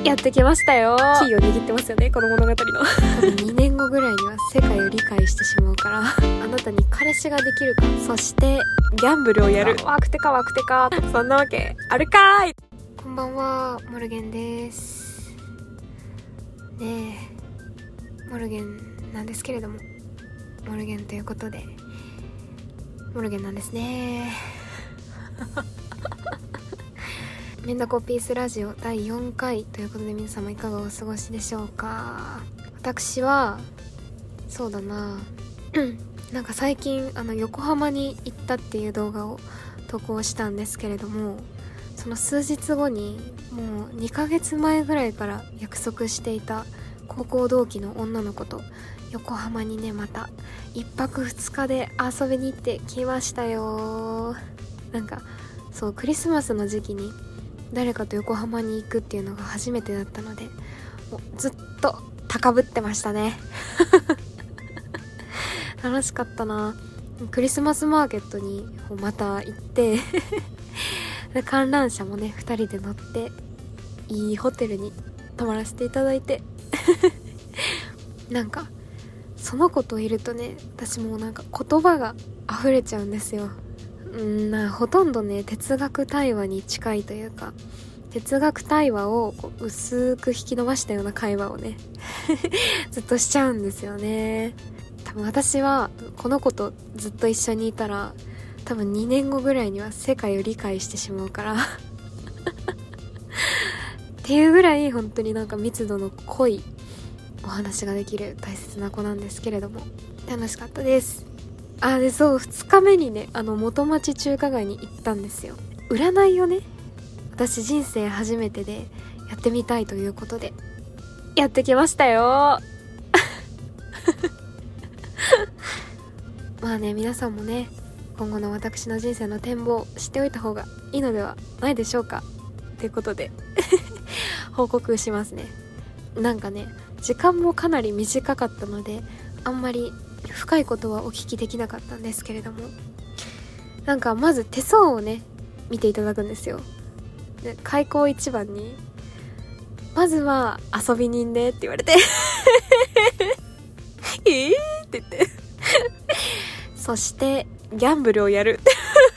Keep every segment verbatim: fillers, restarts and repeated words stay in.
やってきましたよ。キーを握ってますよね、この物語の。多分にねんごぐらいには世界を理解してしまうから、あなたに彼氏ができるか、そしてギャンブルをやる。ワクテかワクテか、そんなわけあるかーい。こんばんは、モルゲンです。ねえ、モルゲンなんですけれども、モルゲンということでモルゲンなんですね。メンダコピースラジオだいよんかいということで、皆様いかがお過ごしでしょうか。私はそうだななんか最近あの横浜に行ったっていう動画を投稿したんですけれども、その数日後にもうにかげつまえぐらいから約束していた高校同期の女の子と横浜にね、またいっぱくふつかで遊びに行ってきましたよ。なんかそう、クリスマスの時期に誰かと横浜に行くっていうのが初めてだったので、もうずっと高ぶってましたね。楽しかったな。クリスマスマーケットにまた行って観覧車もねふたりで乗っていいホテルに泊まらせていただいてなんかその子といるとね、私もうなんか言葉が溢れちゃうんですよ。うんなほとんどね哲学対話に近いというか、哲学対話をこう薄く引き伸ばしたような会話をねずっとしちゃうんですよね。多分私はこの子とずっと一緒にいたら、多分にねんごぐらいには世界を理解してしまうからっていうぐらい本当になんか密度の濃いお話ができる大切な子なんですけれども、楽しかったです。あでそうふつかめにね、あの元町中華街に行ったんですよ。占いをね、私人生初めてでやってみたいということでやってきましたよ。まあね、皆さんもね今後の私の人生の展望しておいた方がいいのではないでしょうかということで報告しますね。なんかね時間もかなり短かったのであんまり深いことはお聞きできなかったんですけれども、なんかまず手相をね見ていただくんですよ。で開口一番にまずは遊び人ねって言われてえーって言ってそしてギャンブルをやる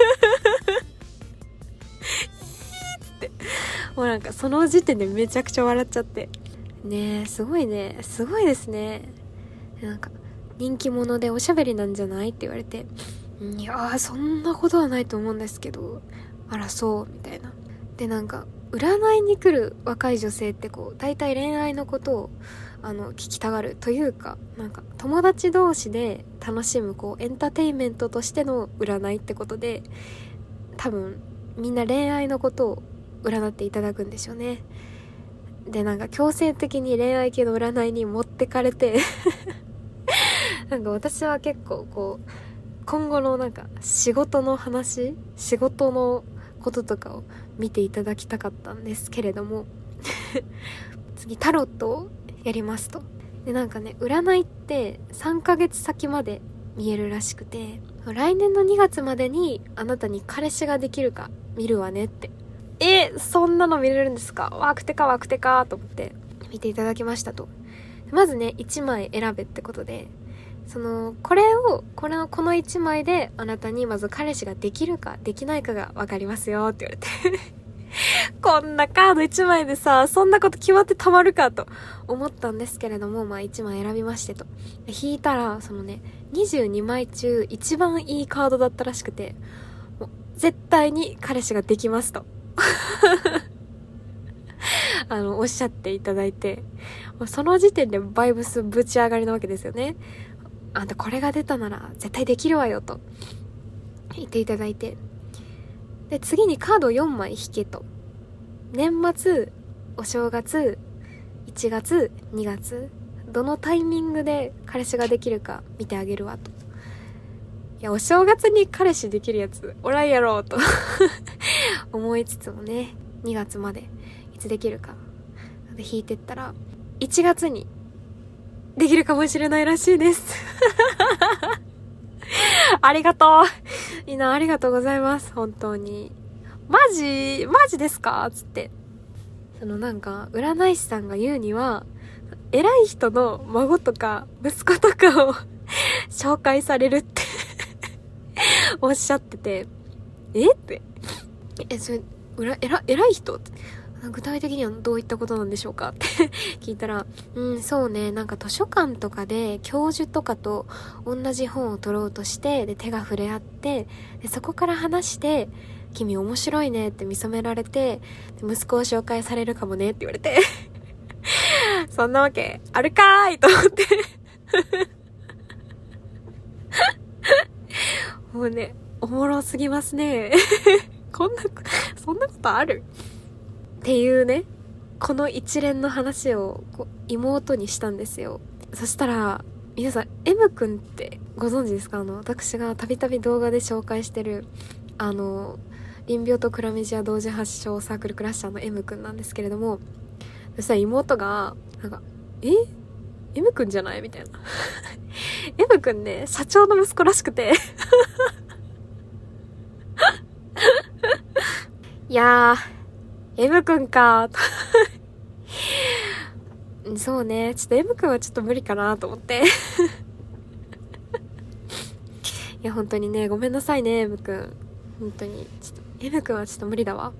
ってもうなんかその時点でめちゃくちゃ笑っちゃってねえ、すごいね、すごいですね。なんか人気者でおしゃべりなんじゃないって言われて、いやーそんなことはないと思うんですけど、あらそうみたいな。でなんか占いに来る若い女性ってこう大体恋愛のことをあの聞きたがるというか、なんか友達同士で楽しむこうエンターテインメントとしての占いってことで、多分みんな恋愛のことを占っていただくんでしょうね。でなんか強制的に恋愛系の占いに持ってかれてなんか私は結構こう今後のなんか仕事の話仕事のこととかを見ていただきたかったんですけれども次タロットをやりますと。でなんかね占いってさんかげつ先まで見えるらしくて、来年のにがつまでにあなたに彼氏ができるか見るわねって。えそんなの見れるんですか、ワクテかワクテかと思って見ていただきましたと。まずねいちまい選べってことで、そのこれをこれのこのいちまいであなたにまず彼氏ができるかできないかが分かりますよって言われてこんなカードいちまいでさそんなこと決まってたまるかと思ったんですけれども、まあいちまい選びましてと、引いたらそのねにじゅうにまい中一番いいカードだったらしくて、もう絶対に彼氏ができますとあのおっしゃっていただいて、その時点でバイブスぶち上がりなわけですよね。あんたこれが出たなら絶対できるわよと言っていただいて、で次にカードよんまい引けと、年末お正月いちがつにがつどのタイミングで彼氏ができるか見てあげるわと。いやお正月に彼氏できるやつおらんやろうと思いつつもね、にがつまでいつできるかで引いてったらいちがつにできるかもしれないらしいですありがとうみんな、ありがとうございます本当に。マジマジですかつってそのなんか占い師さんが言うには、偉い人の孫とか息子とかを紹介されるっておっしゃってて、えってえそれ偉偉い人って具体的にはどういったことなんでしょうかって聞いたら、うんそうね、なんか図書館とかで教授とかと同じ本を取ろうとして、で手が触れ合って、でそこから話して、君面白いねって見初められて、息子を紹介されるかもねって言われてそんなわけあるかーいと思ってもうね、おもろすぎますねこんなそんなことあるっていうね、この一連の話をこう妹にしたんですよ。そしたら皆さん M 君ってご存知ですか？あの私がたびたび動画で紹介してるあの臨病とクラミジア同時発症サークルクラッシャーの M 君なんですけれども、そしたら妹がなんかえ M 君じゃないみたいなM 君ね、社長の息子らしくていやー M 君かーそうね、ちょっと M 君はちょっと無理かなと思っていや本当にね、ごめんなさいね M 君、本当にちょっと M 君はちょっと無理だわ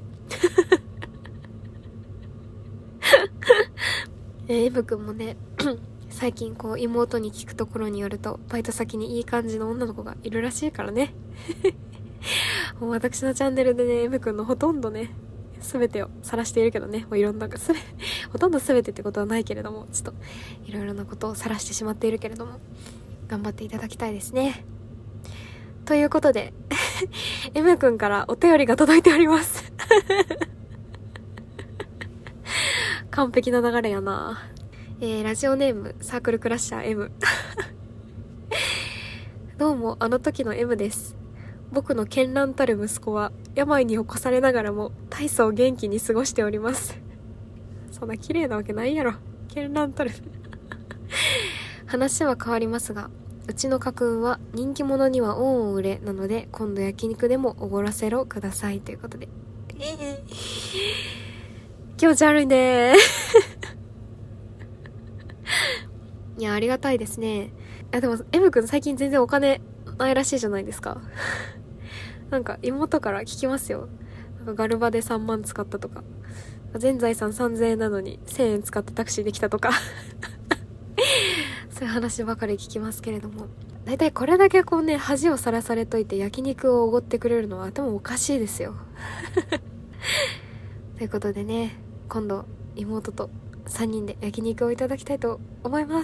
え M 君もね最近こう妹に聞くところによると、バイト先にいい感じの女の子がいるらしいからねもう私のチャンネルでね M 君のほとんどね全てを晒しているけどね、もういろんなすべほとんど全てってことはないけれども、ちょっといろいろなことを晒してしまっているけれども、頑張っていただきたいですね。ということでM 君からお便りが届いております完璧な流れやな。えー、ラジオネームサークルクラッシャー M どうもあの時の M です。僕の絢爛たる息子は病に起こされながらも大層元気に過ごしておりますそんな綺麗なわけないやろ、絢爛たる話は変わりますが、うちの家訓は人気者には恩を売れなので、今度焼肉でもおごらせろくださいということで気持ち悪いねいやありがたいですね。あでも M 君最近全然お金ないらしいじゃないですかなんか妹から聞きますよ。なんかガルバでさんまん使ったとか、全財産さんぜんえんなのにせんえん使ってタクシーできたとかそういう話ばかり聞きますけれども、だいたいこれだけこうね恥をさらされといて焼肉をおごってくれるのは頭おかしいですよということでね、今度妹とさんにんで焼肉をいただきたいと思います。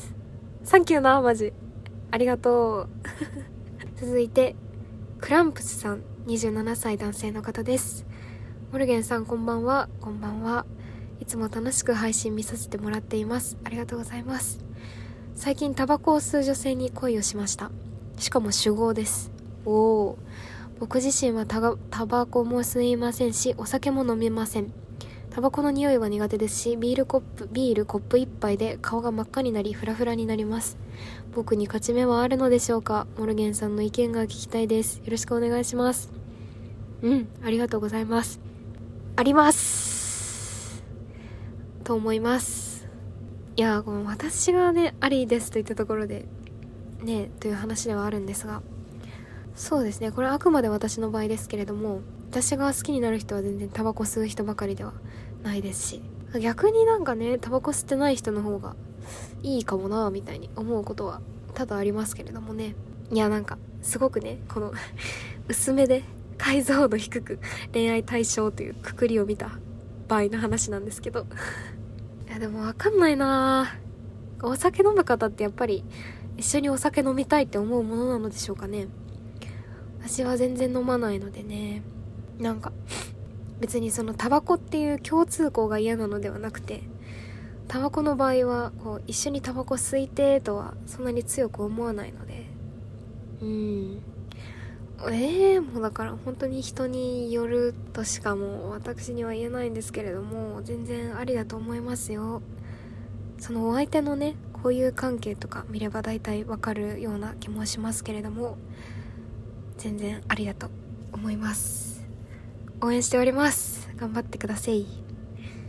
サンキューなマジありがとう続いてクランプスさん、にじゅうななさい男性の方です。モルゲンさんこんばんは。こんばんは。いつも楽しく配信見させてもらっています。ありがとうございます。最近タバコを吸う女性に恋をしました。しかも酒豪です。おお。僕自身はタガ、タバコも吸いませんし、お酒も飲みません。タバコの匂いは苦手ですし、ビールコップ、ビールコップ一杯で顔が真っ赤になりフラフラになります。僕に勝ち目はあるのでしょうか？モルゲンさんの意見が聞きたいです。よろしくお願いします。うん、ありがとうございます。ありますと思います。いや、この私がね、ありですと言ったところでね、という話ではあるんですが、そうですね、これはあくまで私の場合ですけれども、私が好きになる人は全然タバコ吸う人ばかりではないですし、逆になんかね、タバコ吸ってない人の方がいいかもなみたいに思うことは多々ありますけれどもね。いやなんかすごくね、この薄めで解像度低く恋愛対象というくくりを見た場合の話なんですけどいやでもわかんないな、お酒飲む方ってやっぱり一緒にお酒飲みたいって思うものなのでしょうかね。私は全然飲まないのでね、なんか別にそのタバコっていう共通項が嫌なのではなくて、タバコの場合はこう一緒にタバコ吸いてとはそんなに強く思わないので、うんええー、もうだから本当に人によるとしかもう私には言えないんですけれども、全然ありだと思いますよ。そのお相手のね、こういう関係とか見れば大体わかるような気もしますけれども、全然ありだと思います。応援しております。頑張ってください。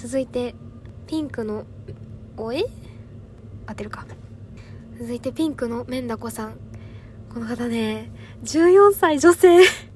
続いてピンクのおえ当てるか。続いてピンクのメンダコさん。この方ね、じゅうよんさい女性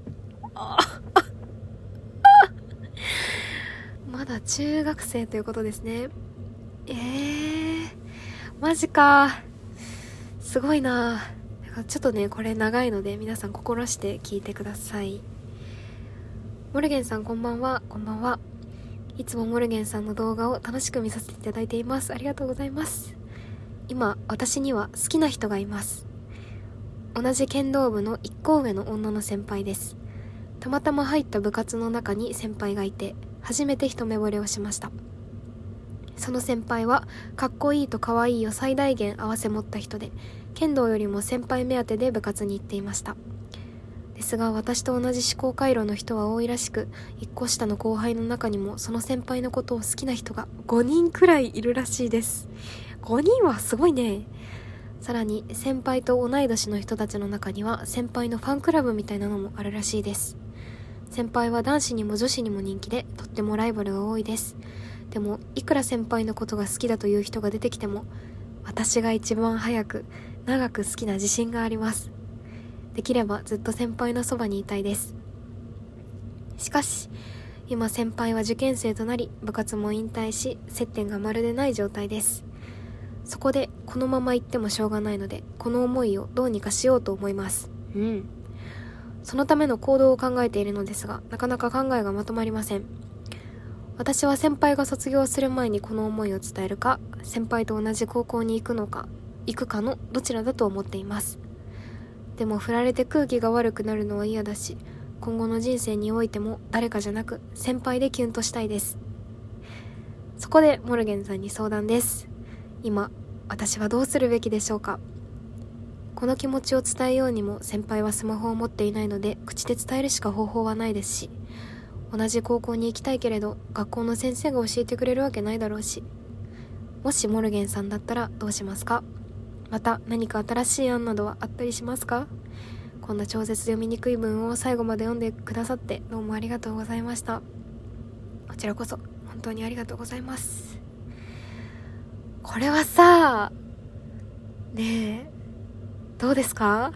まだ中学生ということですね。えーマジか、すごいな。ちょっとねこれ長いので皆さん心して聞いてください。モルゲンさんこんばんは。こんばんは。いつもモルゲンさんの動画を楽しく見させていただいています。ありがとうございます。今私には好きな人がいます。同じ剣道部のいっこ上の女の先輩です。たまたま入った部活の中に先輩がいて、初めて一目惚れをしました。その先輩はかっこいいとかわいいを最大限合わせ持った人で、剣道よりも先輩目当てで部活に行っていました。ですが私と同じ思考回路の人は多いらしく、いっこ下の後輩の中にもその先輩のことを好きな人がごにんくらいいるらしいです。ごにんはすごいね。さらに先輩と同い年の人たちの中には先輩のファンクラブみたいなのもあるらしいです。先輩は男子にも女子にも人気で、とってもライバルが多いです。でもいくら先輩のことが好きだという人が出てきても、私が一番早く長く好きな自信があります。できればずっと先輩のそばにいたいです。しかし今先輩は受験生となり、部活も引退し、接点がまるでない状態です。そこでこのまま行ってもしょうがないので、この思いをどうにかしようと思います。うんそのための行動を考えているのですが、なかなか考えがまとまりません。私は先輩が卒業する前にこの思いを伝えるか、先輩と同じ高校に行くのか行くかのどちらだと思っています。でも振られて空気が悪くなるのは嫌だし、今後の人生においても誰かじゃなく先輩でキュンとしたいです。そこでモルゲンさんに相談です。今私はどうするべきでしょうか。この気持ちを伝えようにも先輩はスマホを持っていないので、口で伝えるしか方法はないですし、同じ高校に行きたいけれど学校の先生が教えてくれるわけないだろうし、もしモルゲンさんだったらどうしますか。また何か新しい案などはあったりしますか。こんな超絶読みにくい文を最後まで読んでくださってどうもありがとうございました。こちらこそ本当にありがとうございます。これはさねえどうですか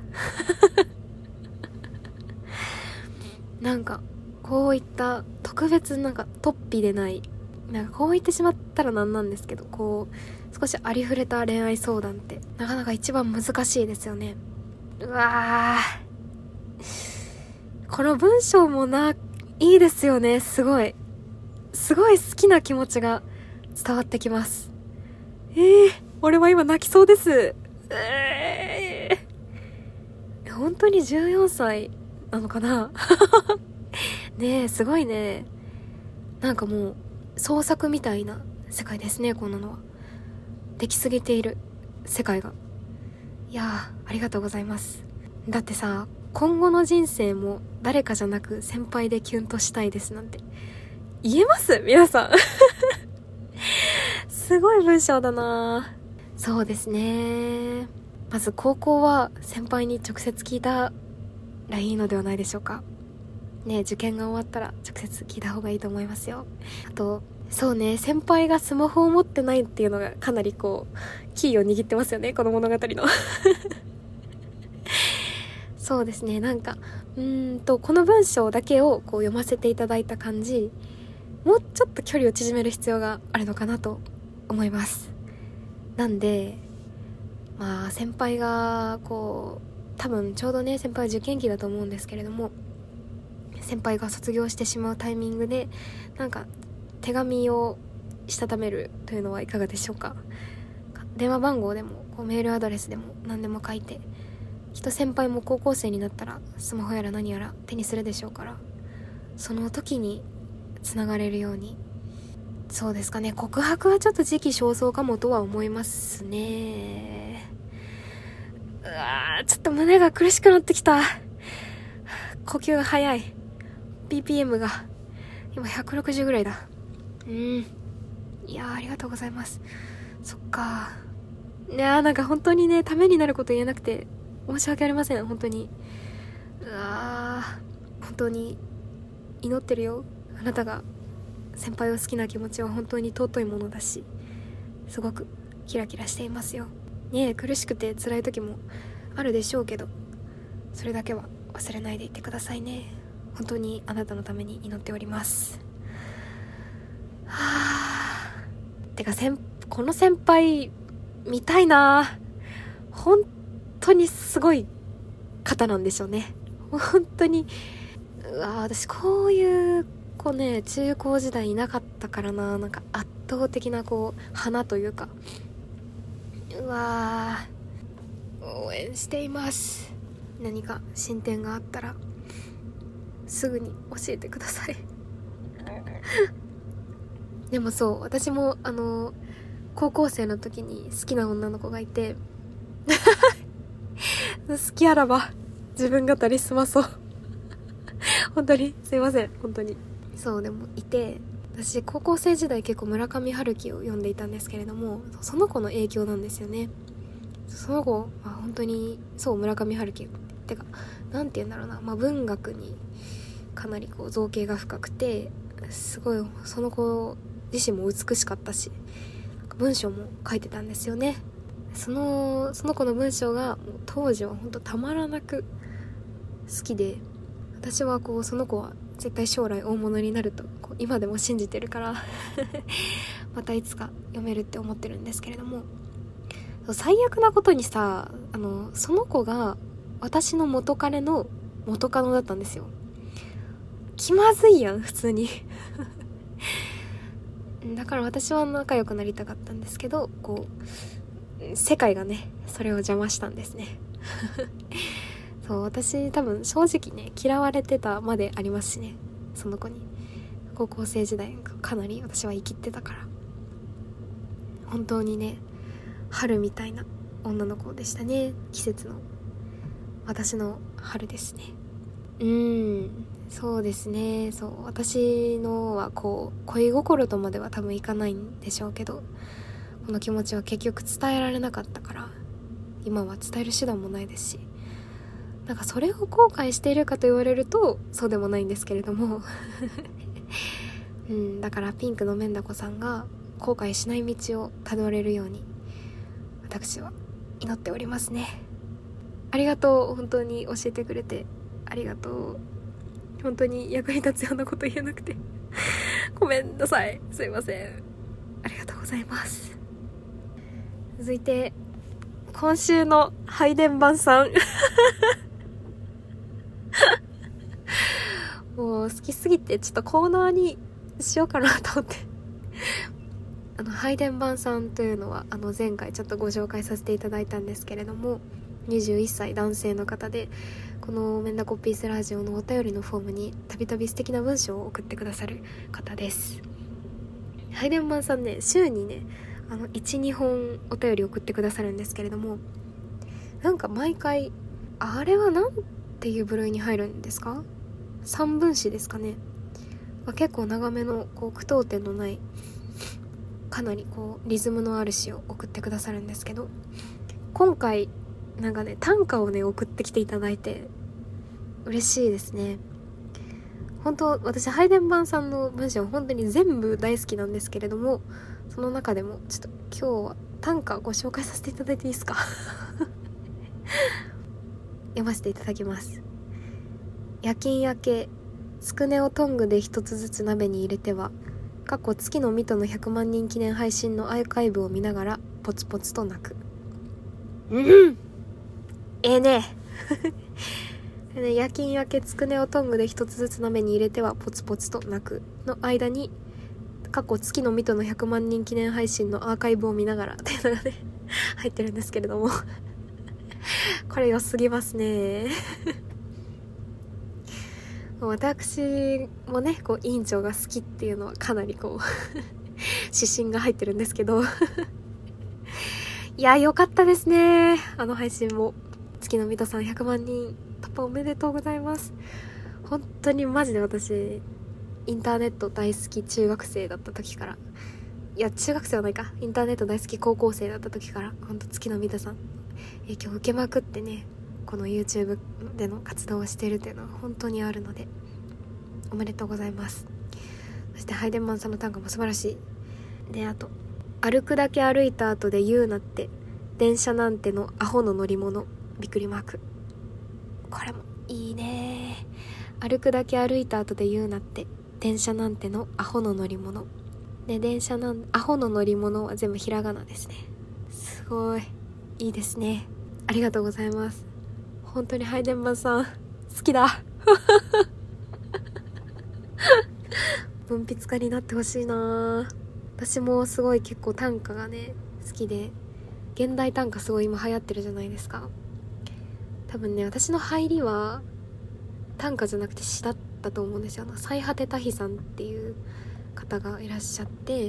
なんかこういった特別なんか突飛でない、なんかこう言ってしまったらなんなんですけど、こう少しありふれた恋愛相談ってなかなか一番難しいですよね。うわーこの文章もないいですよね。すごいすごい好きな気持ちが伝わってきます。えー、俺は今泣きそうです。えー、本当にじゅうよんさいなのかなねえすごいね。なんかもう創作みたいな世界ですね。こんなのはできすぎている世界が。いやーありがとうございます。だってさ、今後の人生も誰かじゃなく先輩でキュンとしたいですなんて言えます皆さんすごい文章だな。そうですね、まず高校は先輩に直接聞いたらいいのではないでしょうかね。受験が終わったら直接聞いた方がいいと思いますよ。あとそうね、先輩がスマホを持ってないっていうのがかなりこうキーを握ってますよね、この物語のそうですね、なんかうーんとこの文章だけをこう読ませていただいた感じ、もうちょっと距離を縮める必要があるのかなと思います。なんでまあ先輩がこう多分ちょうどね、先輩は受験期だと思うんですけれども、先輩が卒業してしまうタイミングでなんか手紙をしたためるというのはいかがでしょうか。電話番号でもこうメールアドレスでも何でも書いて、きっと先輩も高校生になったらスマホやら何やら手にするでしょうから、その時につながれるように。そうですかね、告白はちょっと時期尚早かもとは思いますね。うわーちょっと胸が苦しくなってきた。呼吸が早い。 ビーピーエム が今ひゃくろくじゅうぐらいだ。うんいやーありがとうございます。そっか。いやーなんか本当にね、ためになること言えなくて申し訳ありません。本当にうわー本当に祈ってるよ。あなたが先輩を好きな気持ちは本当に尊いものだし、すごくキラキラしていますよね。え、苦しくて辛い時もあるでしょうけど、それだけは忘れないでいてくださいね。本当にあなたのために祈っております。はぁ、てか先この先輩見たいな。本当にすごい方なんでしょうね。本当に、うわ、私こういう子ね、中高時代いなかったからな。なんか圧倒的なこう花というか、うわー、応援しています。何か進展があったらすぐに教えてください。でもそう、私もあの高校生の時に好きな女の子がいて好きあらば自分語り済まそう本当にすいません。本当にそう、でもいて、私高校生時代結構村上春樹を読んでいたんですけれども、その子の影響なんですよね。その子は本当にそう、村上春樹ってか、なんて言うんだろうな、まあ、文学にかなりこう造形が深くて、すごいその子自身も美しかったし、文章も書いてたんですよね。そのその子の文章がもう当時は本当たまらなく好きで、私はこうその子は絶対将来大物になるとこう今でも信じてるからまたいつか読めるって思ってるんですけれども、最悪なことにさ、あのその子が私の元彼の元カノだったんですよ。気まずいやん普通にだから私は仲良くなりたかったんですけど、こう世界がねそれを邪魔したんですねそう、私多分正直ね嫌われてたまでありますしね、その子に。高校生時代かなり私は生きてたから、本当にね春みたいな女の子でしたね。季節の私の春ですね。うーん、そうですね。そう、私のはこう恋心とまでは多分いかないんでしょうけど、この気持ちは結局伝えられなかったから、今は伝える手段もないですし、なんかそれを後悔しているかと言われるとそうでもないんですけれどもうん、だからピンクのメンダコさんが後悔しない道をたどれるように私は祈っておりますね。ありがとう。本当に教えてくれてありがとう。本当に役に立つようなこと言えなくてごめんなさい。すいません。ありがとうございます。続いて今週の配電盤さんもう好きすぎてちょっとコーナーにしようかなと思ってあの配電盤さんというのはあの前回ちょっとご紹介させていただいたんですけれども、にじゅういっさい男性の方で、このメンダコピースラジオのお便りのフォームにたびたび素敵な文章を送ってくださる方です。配電盤さんね、週にねあの いち,に 本お便り送ってくださるんですけれども、なんか毎回あれはなんていう部類に入るんですか？三分詞ですかね。結構長めのこう句読点のないかなりこうリズムのある詩を送ってくださるんですけど、今回なんかね短歌をね送ってきていただいて嬉しいですね。本当私配電盤さんの文章本当に全部大好きなんですけれども、その中でもちょっと今日は短歌ご紹介させていただいていいですか読ませていただきます。夜勤明けつくねをトングで一つずつ鍋に入れては、過去月のミトのひゃくまんにん記念配信のアーカイブを見ながらポツポツと泣く。うんええねで夜勤明けつくねをトングで一つずつ鍋に入れてはポツポツと泣くの間に、過去月のミトのひゃくまんにん記念配信のアーカイブを見ながらっていうのがね入ってるんですけれどもこれ良すぎますね私もねこう委員長が好きっていうのはかなりこう指針が入ってるんですけどいや良かったですね。あの配信も月のミトさんひゃくまんにん突破おめでとうございます。本当にマジで私インターネット大好き中学生だった時から、いや中学生はないか、インターネット大好き高校生だった時から本当月のミトさん影響を受けまくってね、この YouTube での活動をしているというのは本当にあるのでおめでとうございます。 そしてハイデンマンさんの短歌も素晴らしい。で、あと歩くだけ歩いた後で言うなって、電車なんてのアホの乗り物びっくりマーク。これもいいね。歩くだけ歩いた後で言うなって、電車なんてのアホの乗り物で、電車なんアホの乗り物は全部ひらがなですね。すごいいいですね。ありがとうございます。本当にハイデンマンさん好きだ文筆家になってほしいな。私もすごい結構短歌がね好きで、現代短歌すごい今流行ってるじゃないですか。多分ね、私の入りは短歌じゃなくて詩だったと思うんですよ。最果て多比さんっていう方がいらっしゃって、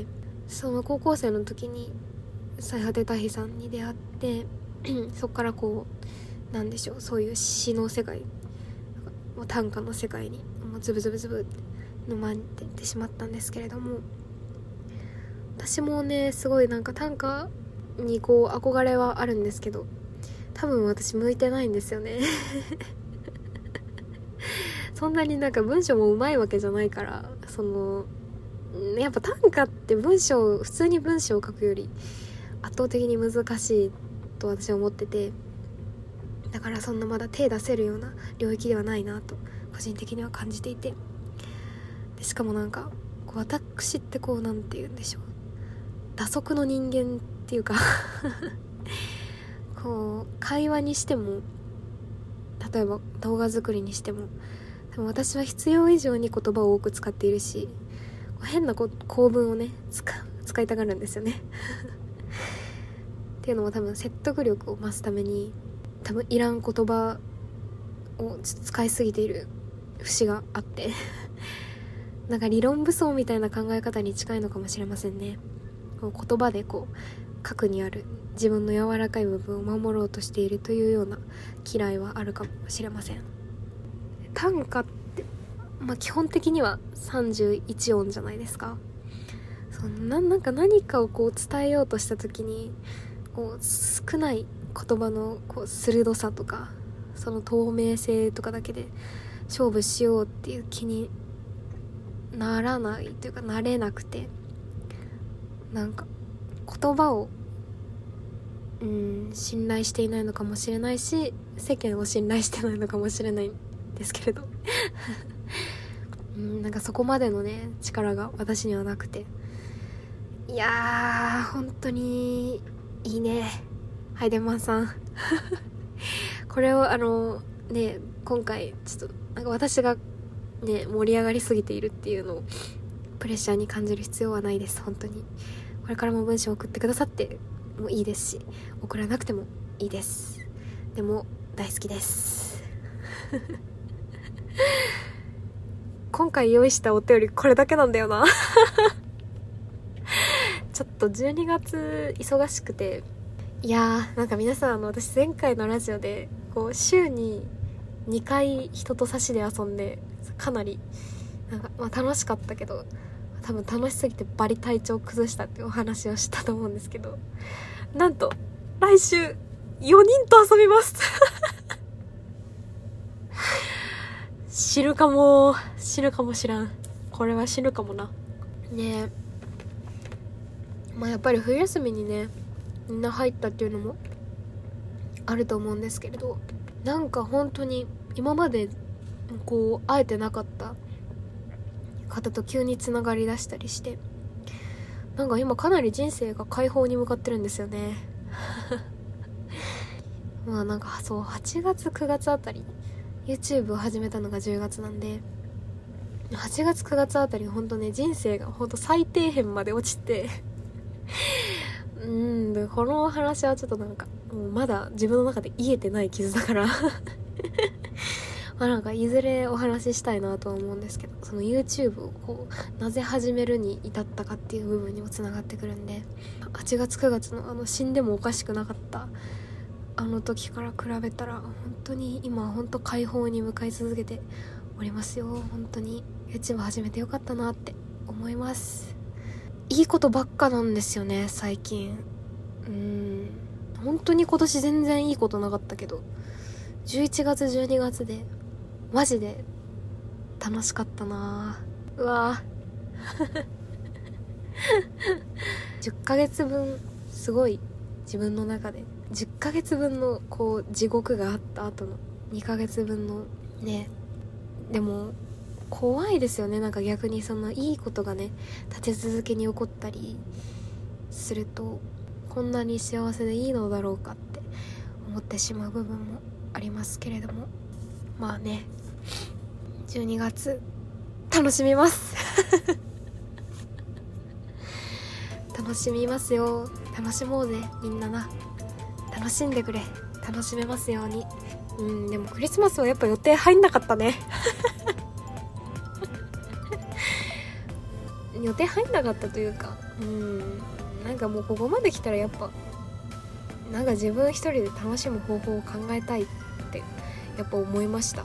その高校生の時に最果て多比さんに出会ってそこからこうなんでしょう、そういう詩の世界、短歌の世界にもうズブズブズブって沼にっていってしまったんですけれども、私もねすごいなんか短歌にこう憧れはあるんですけど、多分私向いてないんですよねそんなになんか文章もうまいわけじゃないから、そのやっぱ短歌って文章普通に文章を書くより圧倒的に難しいと私は思ってて、だからそんなまだ手出せるような領域ではないなと個人的には感じていて、でしかもなんかこう私ってこうなんて言うんでしょう、打足の人間っていうかこう会話にしても、例えば動画作りにしても、でも私は必要以上に言葉を多く使っているし、変なこ構文をね使使いたがるんですよねっていうのも多分説得力を増すために、多分いらん言葉をちょっと使いすぎている節があってなんか理論武装みたいな考え方に近いのかもしれませんね。こう言葉でこう核にある自分の柔らかい部分を守ろうとしているというような嫌いはあるかもしれません。短歌って、まあ、基本的にはさんじゅういちおんじゃないですか。そんな、なんか何かをこう伝えようとした時にこう少ない言葉のこう鋭さとか、その透明性とかだけで勝負しようっていう気にならないというか、なれなくて、なんか言葉をうん信頼していないのかもしれないし、世間を信頼してないのかもしれないんですけれどうんなんかそこまでのね力が私にはなくて、いやー本当にいいねハイデンマンさんこれをあのね今回ちょっとなんか私がね盛り上がりすぎているっていうのをプレッシャーに感じる必要はないです。本当にこれからも文章を送ってくださってもいいですし、送らなくてもいいです。でも大好きです今回用意したお便りこれだけなんだよなちょっとじゅうにがつ忙しくて、いやーなんか皆さん、あの私前回のラジオでこう週ににかい人と差しで遊んで、かなりなんか、まあ、楽しかったけど、多分楽しすぎてバリ体調崩したっていうお話をしたと思うんですけど、なんと来週よにんと遊びます死ぬかも死ぬかもしらん。これは死ぬかもなねえ。まあやっぱり冬休みにねみんな入ったっていうのもあると思うんですけれど、なんか本当に今までこう会えてなかった方と急につながりだしたりして、なんか今かなり人生が解放に向かってるんですよねまあなんかそうはちがつくがつあたり YouTube を始めたのがじゅうがつなんで、はちがつくがつあたり本当ね人生が本当最底辺まで落ちてうーんでこの話はちょっとなんかもうまだ自分の中で癒えてない傷だからまあなんかいずれお話ししたいなとは思うんですけど、その YouTube をこうなぜ始めるに至ったかっていう部分にもつながってくるんで、はちがつくがつのあの死んでもおかしくなかったあの時から比べたら本当に今本当解放に向かい続けておりますよ。本当に YouTube 始めてよかったなって思います。いいことばっかなんですよね最近。うーん本当に今年全然いいことなかったけど、じゅういちがつじゅうにがつでマジで楽しかったな。うわじゅっかげつぶんすごい自分の中でじゅっかげつぶんのこう地獄があった後のにかげつぶんのね。でも怖いですよね。なんか逆にそんないいことがね立て続けに起こったりするとこんなに幸せでいいのだろうかって思ってしまう部分もありますけれども、まあねじゅうにがつ楽しみます楽しみますよ。楽しもうぜみんなな。楽しんでくれ。楽しめますように。うん、でもクリスマスはやっぱ予定入んなかったね予定入んなかったというか、うんなんかもうここまで来たらやっぱなんか自分一人で楽しむ方法を考えたいってやっぱ思いました。はい。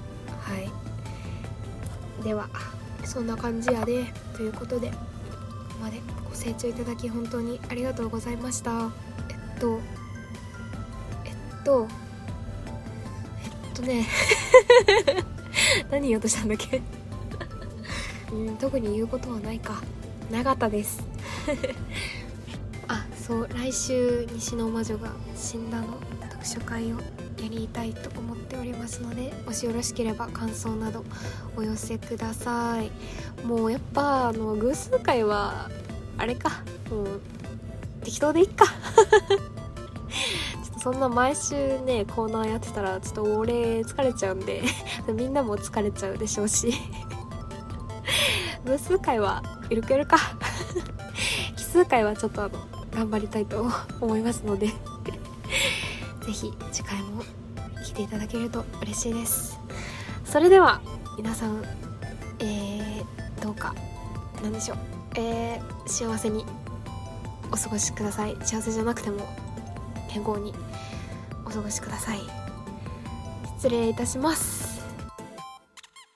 ではそんな感じやでということでここまでご清聴いただき本当にありがとうございました。えっとえっとえっとね何言おうとしたんだっけうん特に言うことはないか。なかったですあ、そう来週西の魔女が死んだの読書会をやりたいと思っておりますので、もしよろしければ感想などお寄せください。もうやっぱあの偶数回はあれか、もう適当でいっかちょっとそんな毎週ねコーナーやってたらちょっと俺疲れちゃうんでみんなも疲れちゃうでしょうし偶数回はゆるくやるか奇数回はちょっとあの頑張りたいと思いますのでぜひ次回も聞いていただけると嬉しいです。それでは皆さん、えー、どうかなんでしょう、えー、幸せにお過ごしください。幸せじゃなくても健康にお過ごしください。失礼いたします。